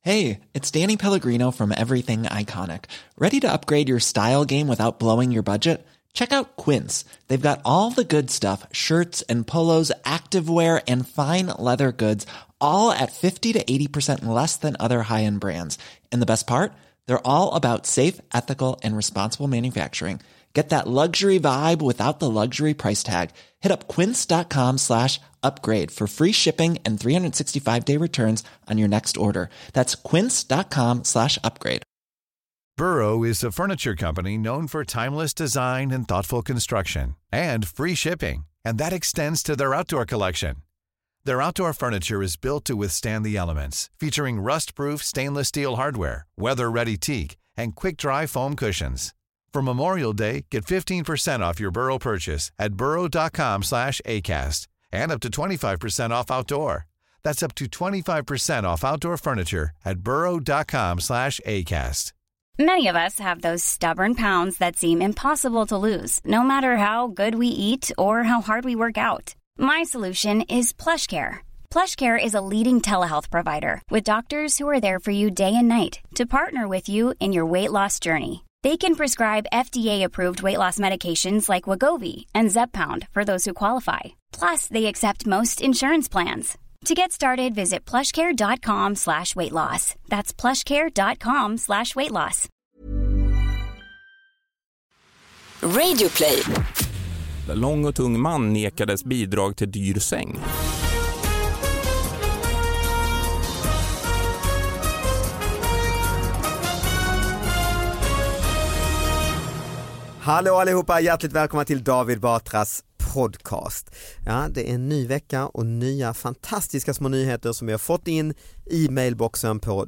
Hey, it's Danny Pellegrino from Everything Iconic. Ready to upgrade your style game without blowing your budget? Check out Quince. They've got all the good stuff, shirts and polos, activewear, and fine leather goods, all at 50 to 80% less than other high-end brands. And the best part? They're all about safe, ethical, and responsible manufacturing. Get that luxury vibe without the luxury price tag. Hit up quince.com/upgrade for free shipping and 365-day returns on your next order. That's quince.com/upgrade. Burrow is a furniture company known for timeless design and thoughtful construction and free shipping. And that extends to their outdoor collection. Their outdoor furniture is built to withstand the elements, featuring rust-proof stainless steel hardware, weather-ready teak, and quick-dry foam cushions. For Memorial Day, get 15% off your Burrow purchase at burrow.com/acast and up to 25% off outdoor. That's up to 25% off outdoor furniture at burrow.com/acast. Many of us have those stubborn pounds that seem impossible to lose, no matter how good we eat or how hard we work out. My solution is PlushCare. PlushCare is a leading telehealth provider with doctors who are there for you day and night to partner with you in your weight loss journey. They can prescribe FDA-approved weight loss medications like Wegovy and Zepbound for those who qualify. Plus, they accept most insurance plans. To get started, visit plushcare.com/weightloss. That's plushcare.com/weightloss. Radio Play. Lång och tung man nekades bidrag till dyr säng. Hallå allihopa, hjärtligt välkomna till David Batras podcast. Ja, det är en ny vecka och nya fantastiska små nyheter som jag har fått in i mailboxen på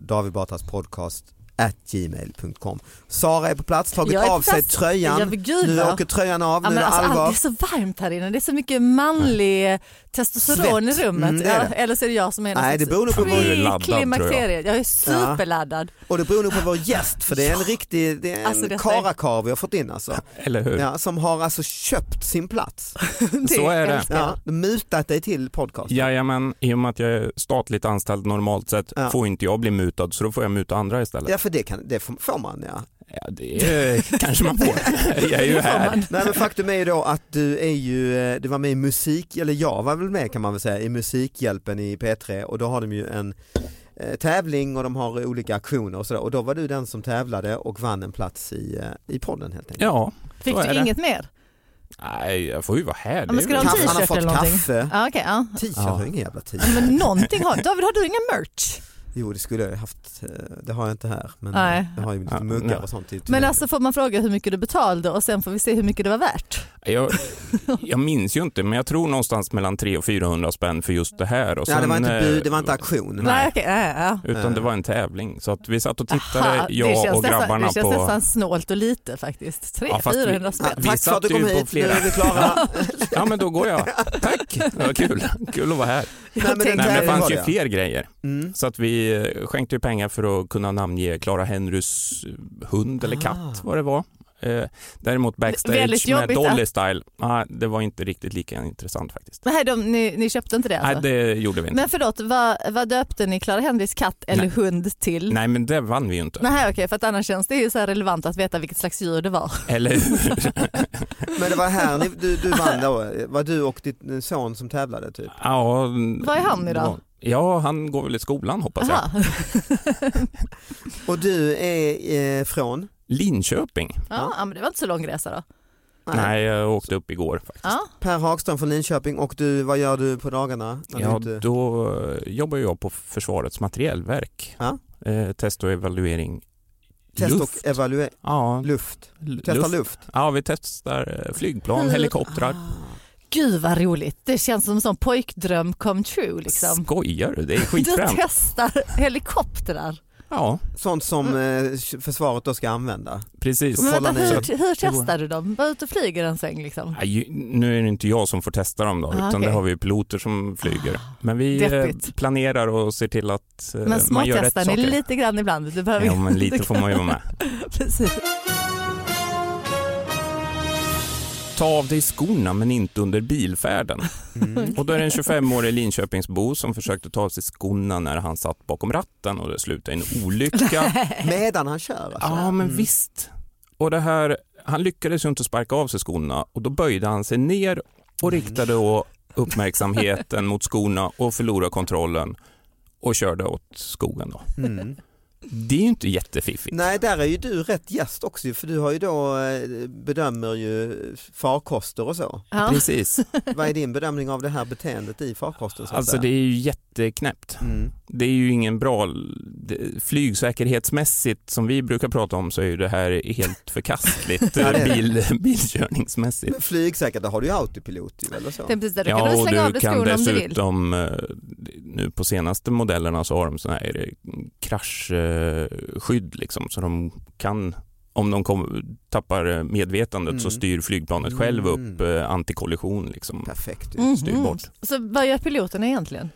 davidbatraspodcast@gmail.com. Sara är på plats, tagit av sig tröjan. Nu åker tröjan av, nu är det allvar. Det är så varmt här inne, det är så mycket manlig testosteron i rummet. Eller så är det jag som är nej, det beror nog på klimakteriet. Jag är superladdad. Och det beror nog på vår gäst, för det är en riktig, det är en karakar vi har fått in alltså. Eller hur? Ja, som har alltså köpt sin plats. Så är det. Ja, mutat dig till podcast. Jajamän, i och med att jag är statligt anställd normalt sett får inte jag bli mutad, så då får jag muta andra istället. Ja, för det får man, ja. Ja, det kanske man får. Jag är ju här. Nej, men faktum är ju då att du var med i musik, eller jag var väl med kan man väl säga, i Musikhjälpen i P3, och då har de ju en tävling och de har olika aktioner och sådär, och då var du den som tävlade och vann en plats i podden helt enkelt. Ja. Fick du inget mer? Nej, jag får ju vara här. Men ska du ha en t-shirt han har fått eller någonting? Kaffe. Ja, okay, ja. T-shirt har ingen jävla t-shirt. Men någonting har David, har du ingen merch? Jo, det skulle jag haft. Det har jag inte här, men jag har ju lite muggar och sånt. Men alltså får man fråga hur mycket du betalade och sen får vi se hur mycket det var värt? Jag minns ju inte, men jag tror någonstans mellan 300 och 400 spänn för just det här. Och sen, det var inte auktion. Nej, okay, utan det var en tävling. Så att vi satt och tittade, jag och grabbarna på... Det känns nästan snålt och lite faktiskt. 300-400 spänn. Tack för att du kom hit, nu är vi klara. Ja, men då går jag. Tack, det var kul att vara här. Men det fanns ju fler grejer. Så att vi skänkte ju pengar för att kunna namnge Clara Henrys hund eller katt, vad det var. Däremot backstage med Dolly Style, det var inte riktigt lika intressant faktiskt. Men ni köpte inte det alltså? Nej, det gjorde vi inte. Men förlåt, vad döpte ni Clara Henrys katt eller hund till? Nej, men det vann vi ju inte. Nej, okej, för att annars känns det ju så här relevant att veta vilket slags djur det var. Eller hur? Men det var här du vann då, var du och din son som tävlade typ? Ja. Vad är han idag? Ja, han går väl i skolan hoppas jag. Och du är från? Linköping. Ja, men det var inte så lång resa då. Nej, jag åkte upp igår faktiskt. Ja. Per Hagström från Linköping, och vad gör du på dagarna? Då jobbar jag på Försvarets materielverk. Test och evaluering. Luft. Testar luft. Ja, vi testar flygplan, helikoptrar. Gud vad roligt. Det känns som en sån pojkdröm come true liksom. Skojar du? Det är skitfrämt. Du testar helikoptrar. Ja. Sånt som försvaret då ska använda. Precis. Men hur testar du dem? Var ute och flyger en säng liksom? Nu är det inte jag som får testa dem då, utan det har vi piloter som flyger. Men vi planerar och ser till att man gör rätt saker. Men lite grann ibland. Du behöver men lite får man ju vara med. Precis. ta av dig skorna men inte under bilfärden. Och då är det en 25-årig Linköpingsbo som försökte ta av sig skorna när han satt bakom ratten och det slutade i en olycka. Medan han kör alltså. Ja, men visst. Och det här, han lyckades ju inte sparka av sig skorna och då böjde han sig ner och riktade då uppmärksamheten mot skorna och förlorade kontrollen och körde åt skogen då. Det är ju inte jättefiffigt. Nej, där är ju du rätt gäst också, för du har ju då bedömer ju farkoster och så. Ja. Precis. Vad är din bedömning av det här beteendet i farkosten? Alltså det är ju jätteknäppt. Det är ju ingen bra flygsäkerhetsmässigt som vi brukar prata om, så är ju det här helt förkastligt bilkörningsmässigt. Men flygsäkert, då har du ju autopilot eller så. Ja, och du kan dessutom nu på senaste modellerna så har de såna här kraschskydd liksom, så de kan, om de tappar medvetandet så styr flygplanet själv upp antikollision liksom. Perfekt. Styr bort. Så vad gör piloterna egentligen?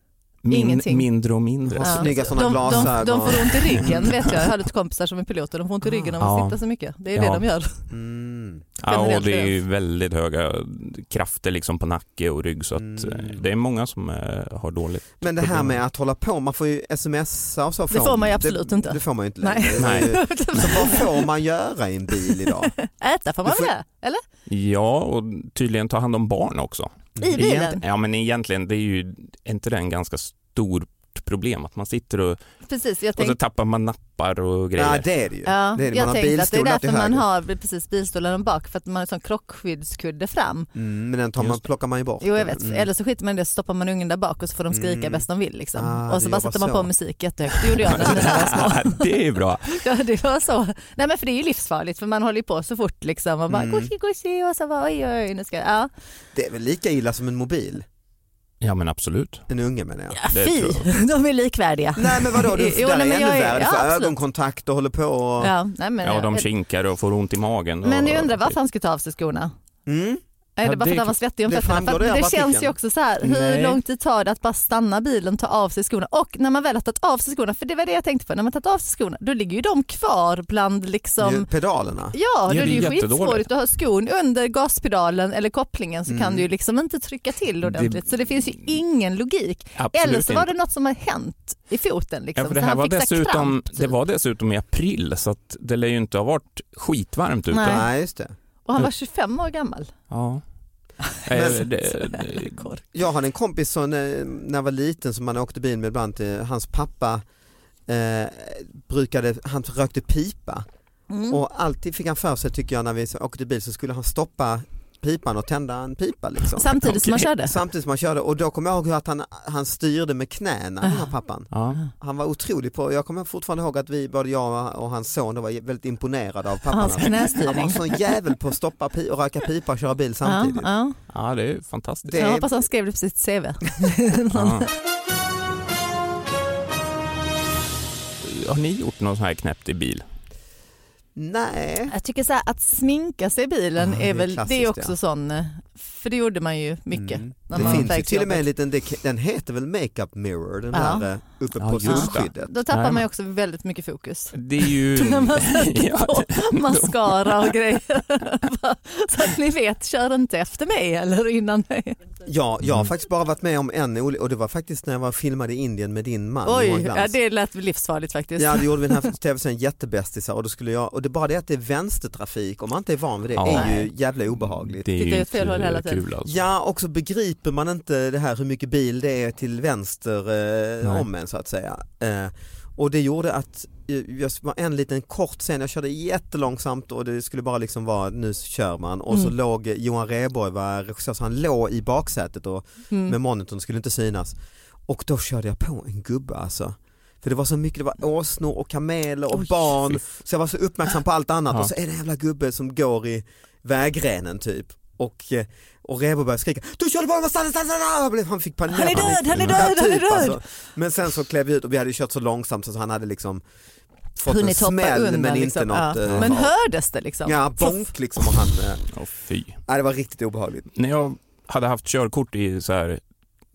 Mindre och mindre. Ja. Snygga sådana glasögon. De får ont i ryggen, vet jag. Jag hade ett kompisar som är piloter, de får ont i ryggen om de sitter så mycket. Det är det de gör. Ja, och det är ju väldigt höga krafter liksom på nacke och rygg, så att det är många som har dåligt. Men det här med att hålla på, man får ju smsa och så. Det får man ju absolut inte. Det får man ju inte längre. Nej. Så vad får man göra i en bil idag? Äta får man det, eller? Ja, och tydligen ta hand om barn också. I bilen? Ja, men egentligen det är ju inte det en ganska stort problem att man sitter och, precis, och så tappar man nappar och grejer. Ja, det är det ju. Ja, det är det. Jag tänkte att det är därför man har precis bilstolen bak, för att man har en sån krockskyddskudde fram. Men den plockar man ju bort. Jo, jag vet. Eller så skiter man det, så stoppar man ungen där bak och så får de skrika bäst de vill liksom. Och så bara sätter man på musik jättehögt. Det gjorde jag när jag var små. Det är bra. Ja, det var så. Nej, men för det är ju livsfarligt, för man håller ju på så fort liksom och bara goshi och så bara oj, nu ska jag. Det är väl lika illa som en mobil? Ja, men absolut. En unge menar jag. Ja, de är likvärdiga. Nej, men vadå? Det är ännu värre för ögonkontakt och håller på och... Ja, de kinkar och får ont i magen. Men jag undrar varför han ska ta av sig skorna. Är det bara för att han var svettig om fötterna? För det känns ju också så här, hur lång tid tar det att bara stanna bilen, ta av sig skorna? Och när man väl har tagit av sig skorna, för det var det jag tänkte på, när man tagit av sig skorna, då ligger ju de kvar bland liksom... pedalerna? Ja, då är det ju skitsvårt att ha skon under gaspedalen eller kopplingen, så kan du ju liksom inte trycka till ordentligt. Så det finns ju ingen logik. Absolut. Eller så var det något som har hänt i foten liksom. Ja, för det här var dessutom i april, så att det lär ju inte ha varit skitvarmt ute. Nej, just det. Och han var 25 år gammal. Ja. Jag hade en kompis som, när jag var liten, som man åkte bil med ibland. Hans pappa han rökte pipa. Och alltid fick han för sig, tycker jag, när vi åkte bil så skulle han stoppa pipan och tända en pipa liksom. Samtidigt som man körde. Och då kommer jag ihåg att han styrde med knäna, den här pappan. Han var otrolig på, jag kommer fortfarande ihåg att både jag och hans son var väldigt imponerade av pappan. Han var en sån jävel på att stoppa och röka pipa och köra bil samtidigt. Ja, det är fantastiskt. Jag hoppas han skrev det på sitt CV. Har ni gjort något så här knäppt i bil? Nej. Jag tycker så här, att sminka sig i bilen är väl, det är också sån, för det gjorde man ju mycket. När det finns ju till och med en liten, den heter väl makeup mirror, den här uppe på solskyddet. Då tappar man ju också väldigt mycket fokus. Det är ju... när man sätter på mascara och grejer. Så att ni vet, kör inte efter mig eller innan mig. Ja, jag har faktiskt bara varit med om en, och det var faktiskt när jag var filmad i Indien med din man. Oj, ja, det lät livsfarligt faktiskt. Ja, det gjorde vi den här tv-serien jättebästisar, och då skulle jag, och det bara det att det är vänstertrafik, om man inte är van vid det, är ju jävla obehagligt. Det är ju fel håll hela tiden. Kul alltså. Ja, och så begriper man inte det här hur mycket bil det är till vänster om en, så att säga. Och det gjorde att jag var en liten kort scen, jag körde jättelångsamt och det skulle bara liksom vara, nu kör man, och så låg Johan Rheborg, var regissör, så han låg i baksätet och med monitorn, skulle inte synas, och då körde jag på en gubbe alltså. För det var så mycket, det var åsnor och kameler och barn, så jag var så uppmärksam på allt annat, och så är det en jävla gubbe som går i vägrenen typ, och Rheborg började skrika, du körde bara, stanna! Han fick panik. Han är död. Alltså. Men sen så klev vi ut och vi hade kört så långsamt så han hade liksom fått en smäll undan, men inte liksom, något. Men hördes det liksom? Ja, bonk liksom, och han... fy. Det var riktigt obehagligt. När jag hade haft körkort i så här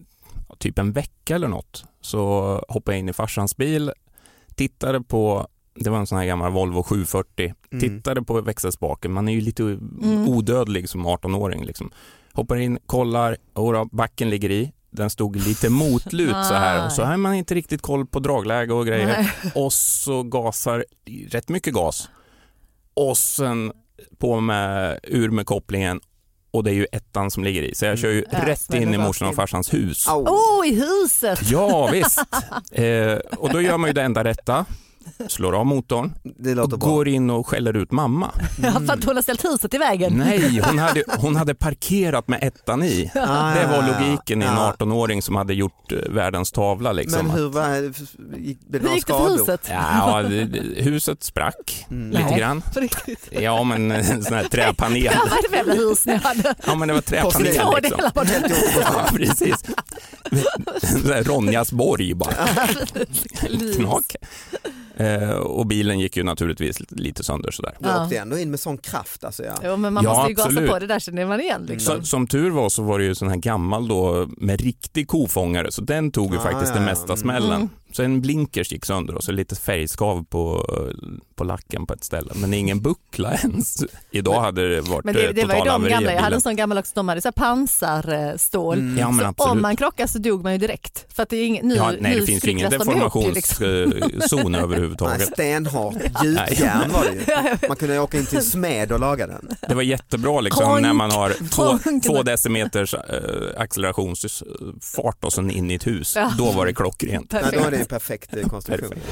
typ en vecka eller något, så hoppade jag in i farsans bil, tittade på Det var en sån här gammal Volvo 740. Tittade på växelspaken. Man är ju lite odödlig som 18-åring. Liksom. Hoppar in, kollar. Och backen ligger i. Den stod lite motlut så här. Och så har man inte riktigt koll på dragläge och grejer. Nej. Och så gasar rätt mycket gas. Och sen på med ur med kopplingen. Och det är ju ettan som ligger i. Så jag kör ju rätt in i morsan och farsans hus. I huset! Ja, visst. Och då gör man ju det enda rätta. Slår av motorn och går in och skäller ut mamma. Ja, för att hon har ställt huset i vägen. Nej, hon hade parkerat med ettan i. Det var logiken i en 18-åring som hade gjort världens tavla. Liksom. Men hur gick det för huset? Ja, huset sprack lite grann. Ja, men en sån här träpanel. Ja, vad är det för jävla hus ni hade? Ja, men det var träpanel liksom. Ja, precis. Ronjas borg bara. Knak. Och bilen gick ju naturligtvis lite sönder sådär. Du åkte ändå in med sån kraft alltså. Ja, men man måste ju gasa på det där, känner man igen liksom. Som tur var så var det ju sån här gammal då med riktig kofångare, så den tog ju faktiskt den mesta smällen. Så en blinkers gick sönder och så lite färgskav på lacken på ett ställe, men ingen buckla ens. Idag hade det varit men det var ju de gamla, jag hade en sån gammal också, de hade så här pansarstål. Ja, men så om man krockar så dog man ju direkt. För att det är ingen, nej, det finns ingen deformationszon överhuvudtaget. Stenhårt gjutjärn var det ju. Man kunde åka in till smed och laga den. Det var jättebra liksom när man har 2 decimeters accelerationsfart och sen in i ett hus. Ja. Då var det klockrent. Ja, då är det en perfekt konstruktion. Perfekt.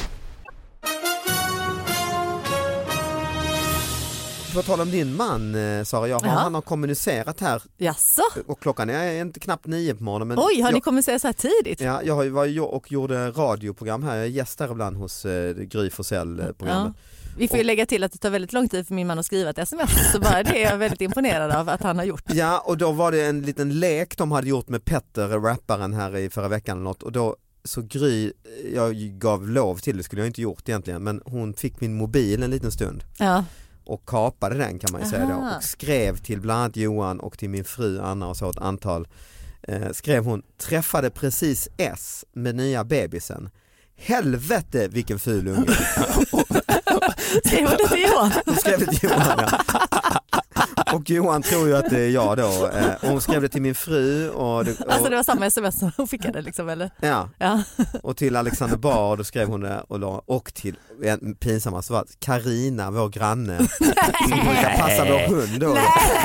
På tal om din man, Sara, han har kommunicerat här. Jaså? Och klockan är inte knappt 9 på morgonen. Men oj, har ni kommunicerat så här tidigt? Ja, jag var och gjorde radioprogram här. Jag är gäst där ibland hos Gry Forssell-programmet. Ja. Vi får ju lägga till att det tar väldigt lång tid för min man att skriva ett sms, så bara det är jag väldigt imponerad av att han har gjort. Ja, och då var det en liten lek de hade gjort med Petter, rapparen här i förra veckan eller något, och då så Gry, jag gav lov till det, skulle jag inte gjort egentligen, men hon fick min mobil en liten stund. Ja. Och kapade den kan man ju säga då, och skrev till bland annat Johan och till min fru Anna och så ett antal. Skrev hon, träffade precis S med nya bebisen. Helvete vilken ful unge. Skrev det till Johan? Hon skrev det till Johan, ja. Och Johan tror ju att det är jag då. Och hon skrev det till min fru. Alltså det var samma sms som hon skickade liksom, eller? Ja. Och till Alexander Bard och skrev hon det. Och till, pinsammast var Carina, vår granne. Som brukar passa vår hund då.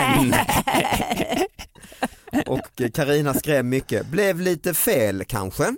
Och Carina skrev mycket. Blev lite fel kanske.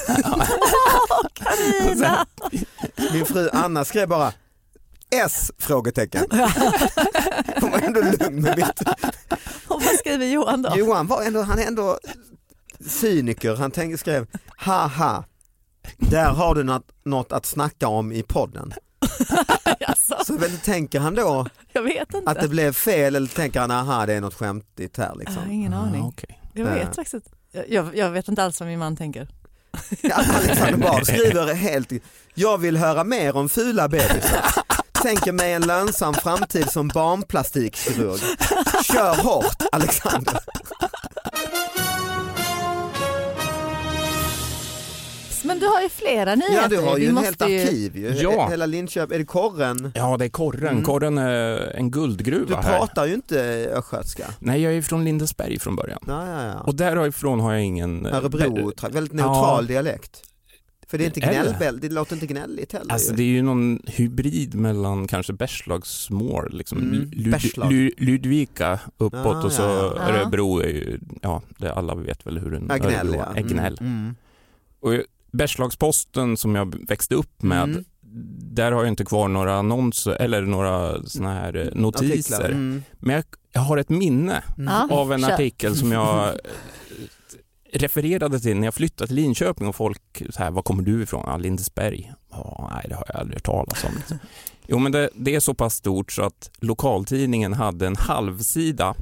Carina. Min fru Anna skrev bara S? Frågetecken. Hon var ändå lugn med mitt. Och vad skriver Johan då? Johan var ändå, han är ändå cyniker. Han skrev, haha, där har du något att snacka om i podden. Så väl tänker han då jag vet inte. Att det blev fel, eller tänker han, aha, det är något skämtigt här liksom. Jag har ingen aning. Okay. Jag vet faktiskt. Jag vet inte alls vad min man tänker. Alexander Bard skriver helt, jag vill höra mer om fula bebisar. Tänker mig en lönsam framtid som barnplastikkirurg. Kör hårt, Alexander. Men du har ju flera nyheter. Ja, du har ju en helt arkiv ju. Ja. Hela Linköping, är det Korren? Ja, det är Korren. Korren är en guldgruva här. Du pratar ju inte östgötska. Nej, jag är från Lindesberg från början. Ja. Och därifrån har jag ingen... Örebro, väldigt neutral dialekt. För det är inte det låter inte gnälligt heller. Alltså det är ju någon hybrid mellan kanske Bergslagsmål liksom. Ludvika uppåt och så Örebro är ju, det alla vet väl hur en Agnell, är gnäll. Och Bergslagsposten som jag växte upp med, där har jag inte kvar några annonser eller några såna här notiser. Men jag har ett minne av en artikel som jag refererade till när jag flyttade till Linköping, och folk så här, var kommer du ifrån? Lindesberg. Nej, det har jag aldrig hört talas om. Liksom. Jo, men det är så pass stort så att lokaltidningen hade en halvsida.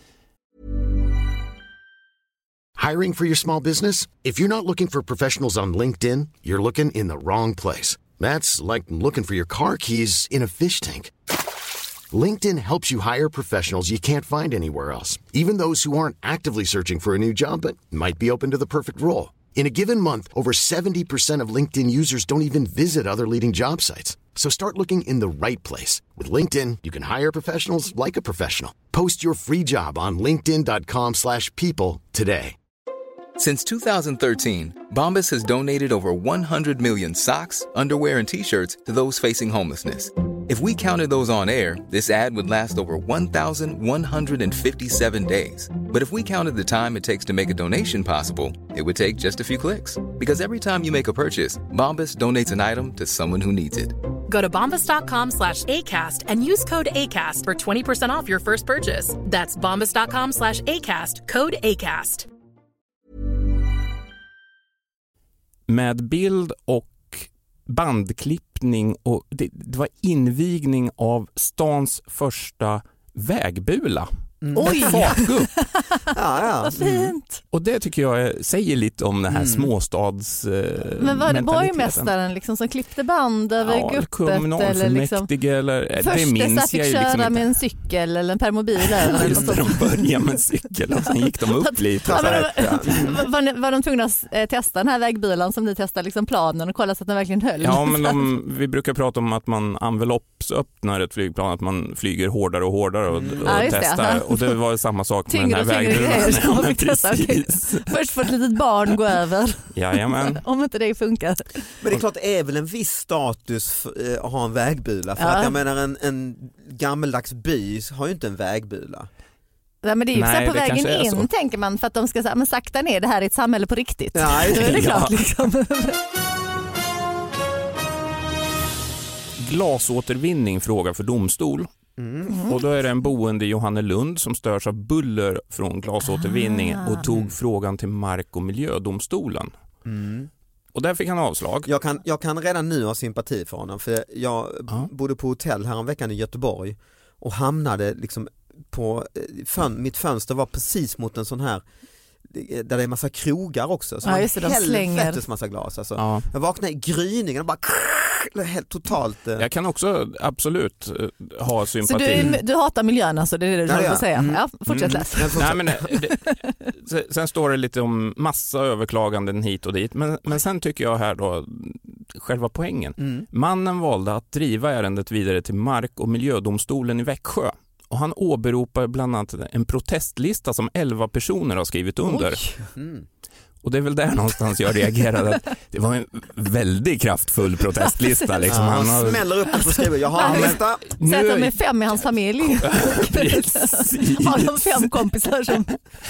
Hiring for your small business? If you're not looking for professionals on LinkedIn, you're looking in the wrong place. That's like looking for your car keys in a fish tank. LinkedIn helps you hire professionals you can't find anywhere else, even those who aren't actively searching for a new job but might be open to the perfect role. In a given month, over 70% of LinkedIn users don't even visit other leading job sites. So start looking in the right place. With LinkedIn, you can hire professionals like a professional. Post your free job on linkedin.com/people today. Since 2013, Bombas has donated over 100 million socks, underwear, and T-shirts to those facing homelessness. If we counted those on air, this ad would last over 1,157 days. But if we counted the time it takes to make a donation possible, it would take just a few clicks. Because every time you make a purchase, Bombas donates an item to someone who needs it. Go to bombas.com/ACAST and use code ACAST for 20% off your first purchase. That's bombas.com/ACAST, code ACAST. Med bild och bandklippning och det var invigning av stans första vägbula. Oj! Vad fint. Och det tycker jag säger lite om den här småstads Men var det borgmästaren liksom som klippte band över guppet? Kommunalfullmäktige eller först det minns jag köra liksom med en cykel eller en permobil över. Just det, de började med en cykel och sen gick de upp lite. Var de tvungna att testa den här vägbilen som ni testade liksom planen och kolla så att den verkligen höll? Ja, men vi brukar prata om att man enveloppsöppnar ett flygplan, att man flyger hårdare och hårdare och testar. Och det var samma sak med den här vägbilen. Först får ett litet barn gå över. Jajamän. Om inte det funkar. Men det är klart, det är väl en viss status att ha en vägbula. För att jag menar en gammeldags by har ju inte en vägbula. Ja, men det är ju så på vägen in tänker man, för att de ska säga, men sakta ner, det här är ett samhälle på riktigt. Ja, då är det klart liksom. Glasåtervinning frågar för domstol. Och då är det en boende i Johannelund som störs av buller från glasåtervinning och tog frågan till Mark- och miljödomstolen. Och där fick han avslag. Jag kan redan nu ha sympati för honom, för jag bodde på hotell här en veckan i Göteborg och hamnade liksom på mitt fönster var precis mot en sån här där det är massa krogar också. Så just det, de slänger massa glas. Alltså. Jag vaknade i gryningen och bara helt totalt. Jag kan också absolut ha sympati. Så du hatar miljön alltså, det är det du vill säga. Ja, fortsätt läs. Nej, men sen står det lite om massa överklaganden hit och dit. Men sen tycker jag här då själva poängen. Mannen valde att driva ärendet vidare till Mark- och miljödomstolen i Växjö. Och han åberopar bland annat en protestlista som 11 personer har skrivit under. Och det är väl där någonstans jag reagerade att det var en väldigt kraftfull protestlista. Liksom. Han smäller upp och skriver, jag har en lista. Sätter med 5 i hans familj. Har de 5 kompisar som...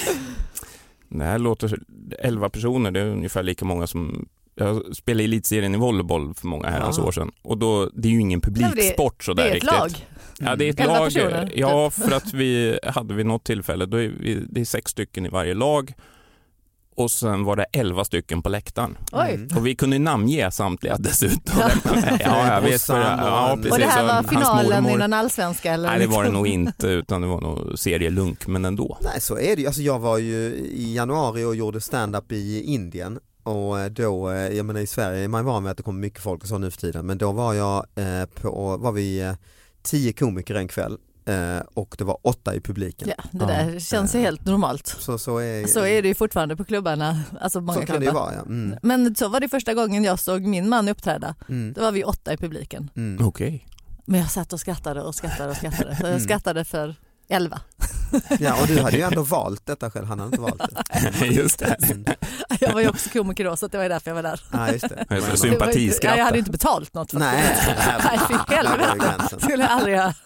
Det här låter 11 personer, det är ungefär lika många som... Jag spelade elitserien i volleyboll för många herrans år sedan. Och då, det är ju ingen publiksport så där riktigt. Det är ett lag. Ja, det är ett lag. Personer, ja, för att vi hade vid något tillfälle, då är det är 6 stycken i varje lag. Och sen var det 11 stycken på läktaren. Och vi kunde namnge samtliga dessutom. Ja, precis. Och det här var finalen innan allsvenska? Eller? Nej, det var det nog inte, utan det var nog serielunk, men ändå. Nej, så är det. Alltså, jag var ju i januari och gjorde stand-up i Indien. Och då, jag menar i Sverige, man var med att det kommer mycket folk och så nu för tiden. Men då var jag var vi 10 komiker en kväll. Och det var 8 i publiken. Ja, det där känns ju helt normalt. Så är det ju fortfarande på klubbarna. Alltså många så kan klubbar. Det vara, ja. Men så var det första gången jag såg min man uppträda. Då var vi 8 i publiken. Okej. Men jag satt och skrattade och skrattade och skrattade. Så jag skrattade för 11. Ja, och du hade ju ändå valt detta själv. Han hade inte valt det. Just det. Jag var ju också komiker då, så det var därför jag var där. Ja, just det. Sympatiskratta. Jag hade inte betalt något för det. Nej, för helvete. Skulle jag aldrig göra.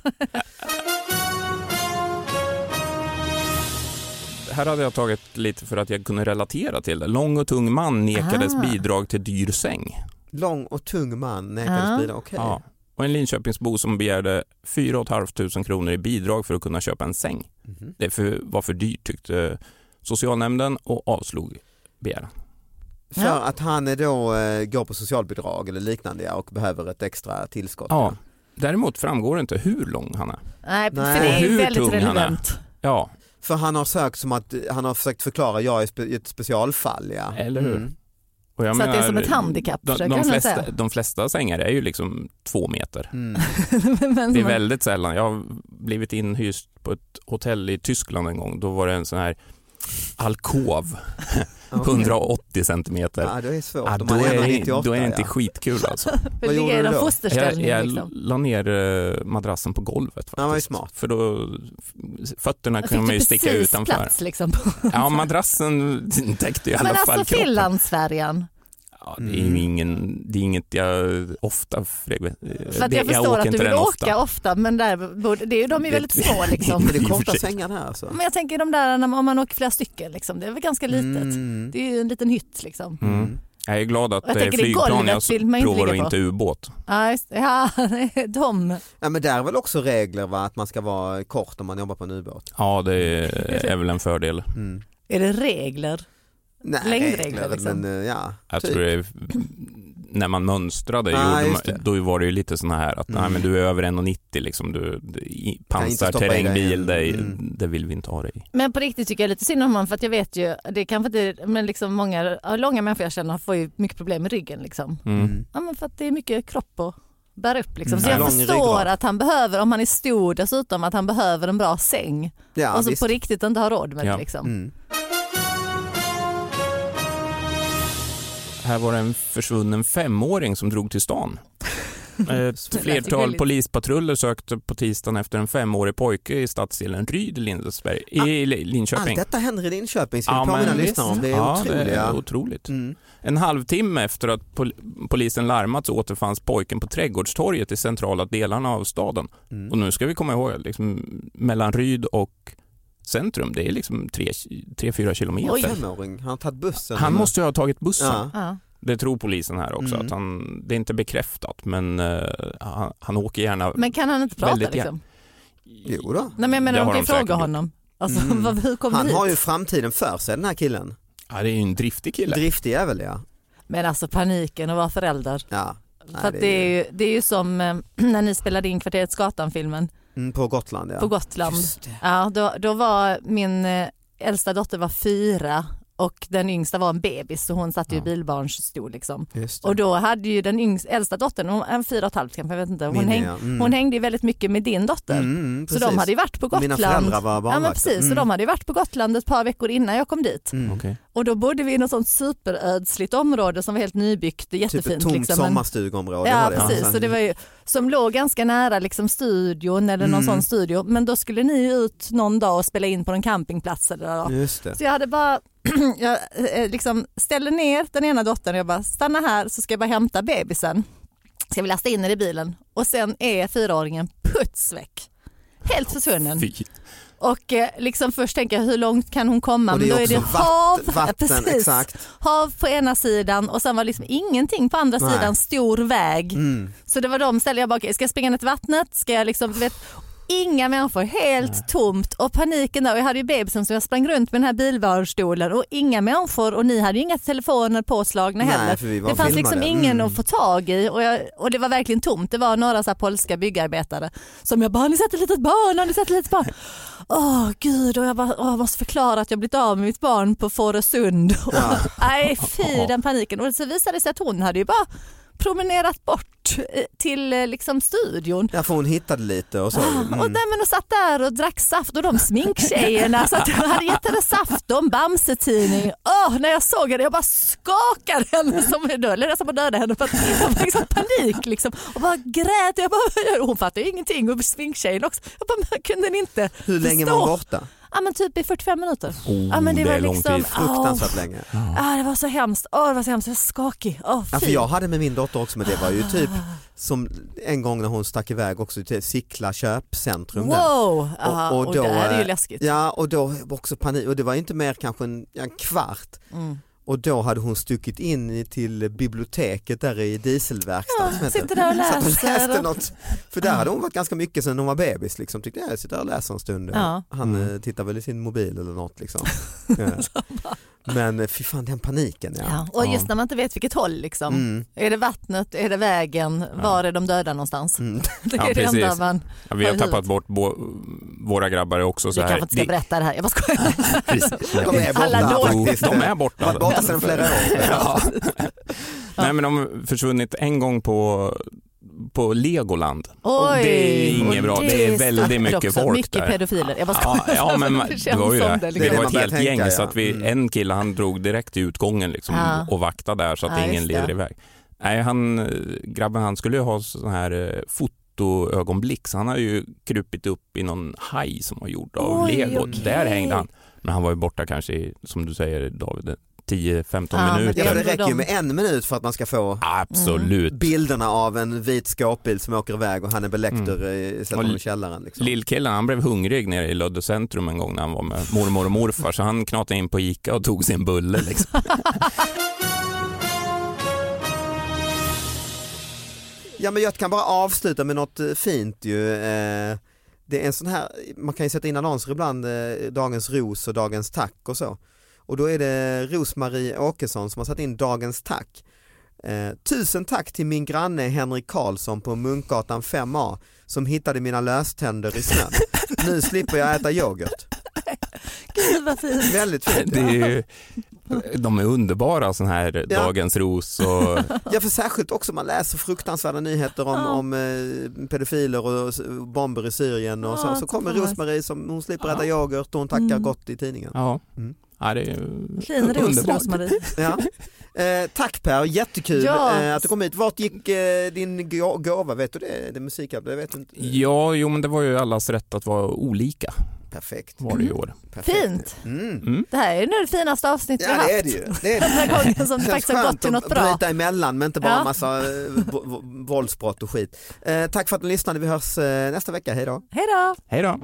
Här hade jag tagit lite för att jag kunde relatera till det. Lång och tung man nekades bidrag till dyr säng. Lång och tung man nekades bidrag, okej. Ja. Och en Linköpingsbo som begärde 4 500 kronor i bidrag för att kunna köpa en säng. Det var för dyrt tyckte socialnämnden och avslog begäran. För att han är då går på socialbidrag eller liknande och behöver ett extra tillskott. Ja. Däremot framgår det inte hur lång han är. Nej, för det är väldigt relevant. Ja. För han har sökt som att han har försökt förklara jag är ett specialfall, ja. Eller hur? Och jag så menar, att det är som ett handikapp. De flesta sängar är ju liksom 2 meter. Det är väldigt sällan. Jag har blivit inhyst på ett hotell i Tyskland en gång. Då var det en sån här alkov. 180 centimeter. Ja, det är svårt. Då är det inte skitkul alltså. Vad gjorde du då? Jag la ner madrassen på golvet faktiskt. Ja, var smart. För då fötterna kunde man ju sticka utanför. Plats, liksom. Ja, madrassen täckte i alla fall kroppen. Men alltså Finlandsfärjan. Ja, det är inget jag ofta för att jag förstår att du vill åka ofta, men de är väldigt små liksom. Det är korta sängar här alltså. Men jag tänker de där om man åker flera stycken liksom, det är väl ganska litet. Det är ju en liten hytt liksom. Jag är glad att det är flygplan jag provar och inte ubåt. Ja, just det. Ja, de. Ja, men där är väl också regler, va? Att man ska vara kort om man jobbar på en ubåt. Ja, det är väl en fördel. Är det regler? Nej, längdregler liksom. Men jag tror det är, när man mönstrade då var det ju lite såna här att nej, men du är över 1,90 liksom, du pansarterrängbil, det vill vi inte ha dig i. Men på riktigt tycker jag lite synd om man, för att jag vet ju, det kanske inte, men liksom många långa människor jag känner får ju mycket problem med ryggen liksom. Ja, men för att det är mycket kropp och bär upp liksom. Så jag förstår att han behöver, om han är stor dessutom, att han behöver en bra säng. Ja, och så på riktigt inte har råd med det liksom. Här var det en försvunnen 5-åring som drog till stan. Ett flertal polispatruller sökte på tisdagen efter en 5-årig pojke i stadsdelen Ryd i Linköping. Allt detta händer i Linköping, ska vi påminna lyssnarna om. Det är otroligt. En halvtimme efter att polisen larmat så återfanns pojken på Trädgårdstorget i centrala delarna av staden. Och nu ska vi komma ihåg, liksom, mellan Ryd och centrum, det är liksom 3-4 kilometer. Oj, 5-åring. Han har tagit bussen. Han måste ju ha tagit bussen. Ja. Det tror polisen här också. Att det är inte bekräftat, men han åker gärna. Men kan han inte prata liksom? Jo då. Nej, men jag menar, de kan ju fråga honom. Alltså, hur kom han hit? har ju framtiden för sig, den här killen. Ja, det är ju en driftig kille. Driftig är väl, ja. Men alltså paniken att vara förälder. Ja. För att det är ju som när ni spelade in Kvarterets Gatan-filmen. På Gotland, ja. På Gotland. Ja, då var min äldsta dotter var 4 och den yngsta var en bebis, så hon satt ju i bilbarnsstol liksom. Och då hade ju den äldsta dottern, en 4,5 kanske, jag vet inte, hon hängde ju väldigt mycket med din dotter. Så de hade ju varit på Gotland. Mina föräldrar var barnvakter. Ja, men precis, så de hade ju varit på Gotland ett par veckor innan jag kom dit. Okay. Och då bodde vi i något sånt superödsligt område som var helt nybyggt, jättefint. Typ ett tomt sommarstugområde. Ja, precis. Så det var ju, som låg ganska nära liksom studion eller någon sån studio. Men då skulle ni ut någon dag och spela in på en campingplats. Eller Just det. så jag hade bara jag liksom ställde ner den ena dottern och jag bara, stanna här så ska jag bara hämta bebisen. Ska vi lasta in den i bilen. Och sen är 4-åringen putsväck. Helt försvunnen. Och liksom först tänker jag, hur långt kan hon komma? Och det är men då också är det hav, vatten, precis, exakt. Hav på ena sidan och sen var liksom ingenting på andra sidan, stor väg. Så det var de ställde jag bara, okay, ska jag springa ner till vattnet? Ska jag liksom, inga människor, helt tomt och paniken där. Och jag hade ju bebisen som jag sprang runt med den här bilbarstolen och inga människor, och ni hade ju inga telefoner påslagna heller. Det fanns filmade. Liksom ingen att få tag i och det var verkligen tomt. Det var några så här polska byggarbetare som jag bara, har ni sett ett litet barn? Gud, och jag bara, jag måste förklara att jag blivit av med mitt barn på Fårösund. Nej, fy den paniken. Och så visade det sig att hon hade ju bara promenerat bort till liksom studion. Ja, för hon hittade lite och så. Och satt där och drack saft och de sminktjejerna så att jag hade gett henne saft och en Bamse-tidning. När jag såg henne, jag bara skakade henne som att döda henne för att jag var liksom panik liksom. Och bara grät. Jag bara, hon fattade ingenting och sminktjejen också. Jag bara, kunde ni inte Hur länge var hon borta? Ja, men typ i 45 minuter. Men det var lång tid. Fruktansvärt länge. Det var så hemskt. Det var så hemskt. Jag var skakig. För jag hade med min dotter också, men det var ju typ som en gång när hon stack iväg också till Sickla köpcentrum. Wow! Och då, det är ju läskigt. Ja, och då var också panik. Och det var inte mer kanske en kvart. Och då hade hon stuckit in till biblioteket där i dieselverkstaden. Sitter där och läser. Något. För där hade hon varit ganska mycket sedan hon var bebis. Liksom. Tyckte jag sitter och läser en stund. Han tittar väl i sin mobil eller något. Liksom. Men fy fan, den paniken. Ja. Och just när man inte vet vilket håll. Liksom. Är det vattnet? Är det vägen? Var är de döda någonstans? Det är det enda man vi har tappat bort våra grabbar också. Så vi kanske inte ska berätta det här. Jag bara skojar. De är borta. Sedan flera år. Nej, men de har försvunnit en gång på på Legoland. Och det är inget bra. Det är väldigt mycket folk mycket där. Pedofiler. Jag bara skojar. Ja, men det var ju det. Det var ett helt tänka, gäng så att en kille han drog direkt till utgången liksom, och vaktade där så att ingen leder iväg. Nej, grabben han skulle ju ha sån här fotoögonblick, så han har ju krupit upp i någon haj som var gjord av Lego. Okay. Där hängde han. Men han var ju borta kanske, som du säger David, 10-15 minuter. Ja, det räcker ju med 1 minut för att man ska få bilderna av en vit skåpbil som åker iväg och han är belektor i källaren. Liksom. Lillkillen, han blev hungrig nere i Lödde centrum en gång när han var med mormor och morfar, så han knatade in på Ica och tog sin bulle liksom. Ja, men jag kan bara avsluta med något fint ju. Det är en sån här, man kan ju sätta in annonser ibland, dagens ros och dagens tack och så. Och då är det Rosmarie Åkesson som har satt in dagens tack. 1000 tack till min granne Henrik Karlsson på Munkgatan 5A som hittade mina löständer i snön. Nu slipper jag äta yoghurt. Gud vad fint. Väldigt fint. De är underbara sån här dagens ros. Och... Ja, för särskilt också man läser fruktansvärda nyheter om pedofiler och bomber i Syrien och så kommer Rosmarie som hon slipper äta yoghurt och hon tackar gott i tidningen. Ja. Ja, det är fin ros, Rosmarie. Ja. Tack Per, jättekul att du kom hit. Vart gick din gåva? Vet du det? Det är musik, jag vet inte. Ja, men det var ju allas rätt att vara olika. Perfekt. Var det i år. Perfekt. Fint. Det här är nu det finaste avsnittet vi har haft. Ja, det är det ju. Det är det. Den här gången som faktiskt har gått till något bra. Bryta emellan, men inte bara en massa våldsbrott och skit. Tack för att ni lyssnade. Vi hörs nästa vecka. Hej då. Hej då. Hej då.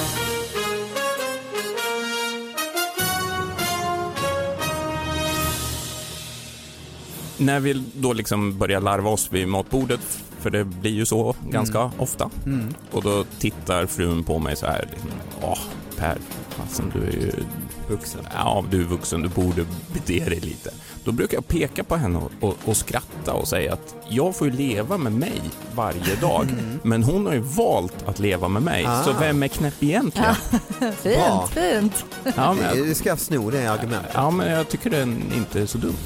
När vi då liksom börjar larva oss vid matbordet, för det blir ju så ganska ofta, och då tittar frun på mig så här liksom, Per, fasen, du är ju vuxen. Ja, du är vuxen, du borde bete dig lite. Då brukar jag peka på henne och skratta och säga att jag får ju leva med mig varje dag, men hon har ju valt att leva med mig, så vem är knäpp egentligen? Fint. Ja, men det ska jag sno det argumentet. Ja, men jag tycker den inte är så dum.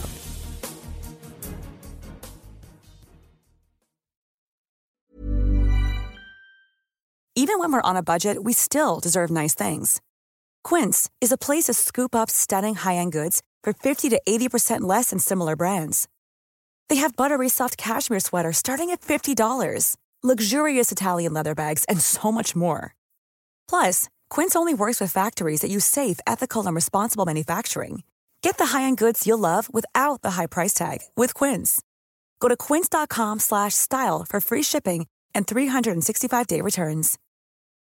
Even when we're on a budget, we still deserve nice things. Quince is a place to scoop up stunning high-end goods for 50 to 80% less than similar brands. They have buttery soft cashmere sweaters starting at $50, luxurious Italian leather bags, and so much more. Plus, Quince only works with factories that use safe, ethical, and responsible manufacturing. Get the high-end goods you'll love without the high price tag with Quince. Go to quince.com/style for free shipping and 365-day returns.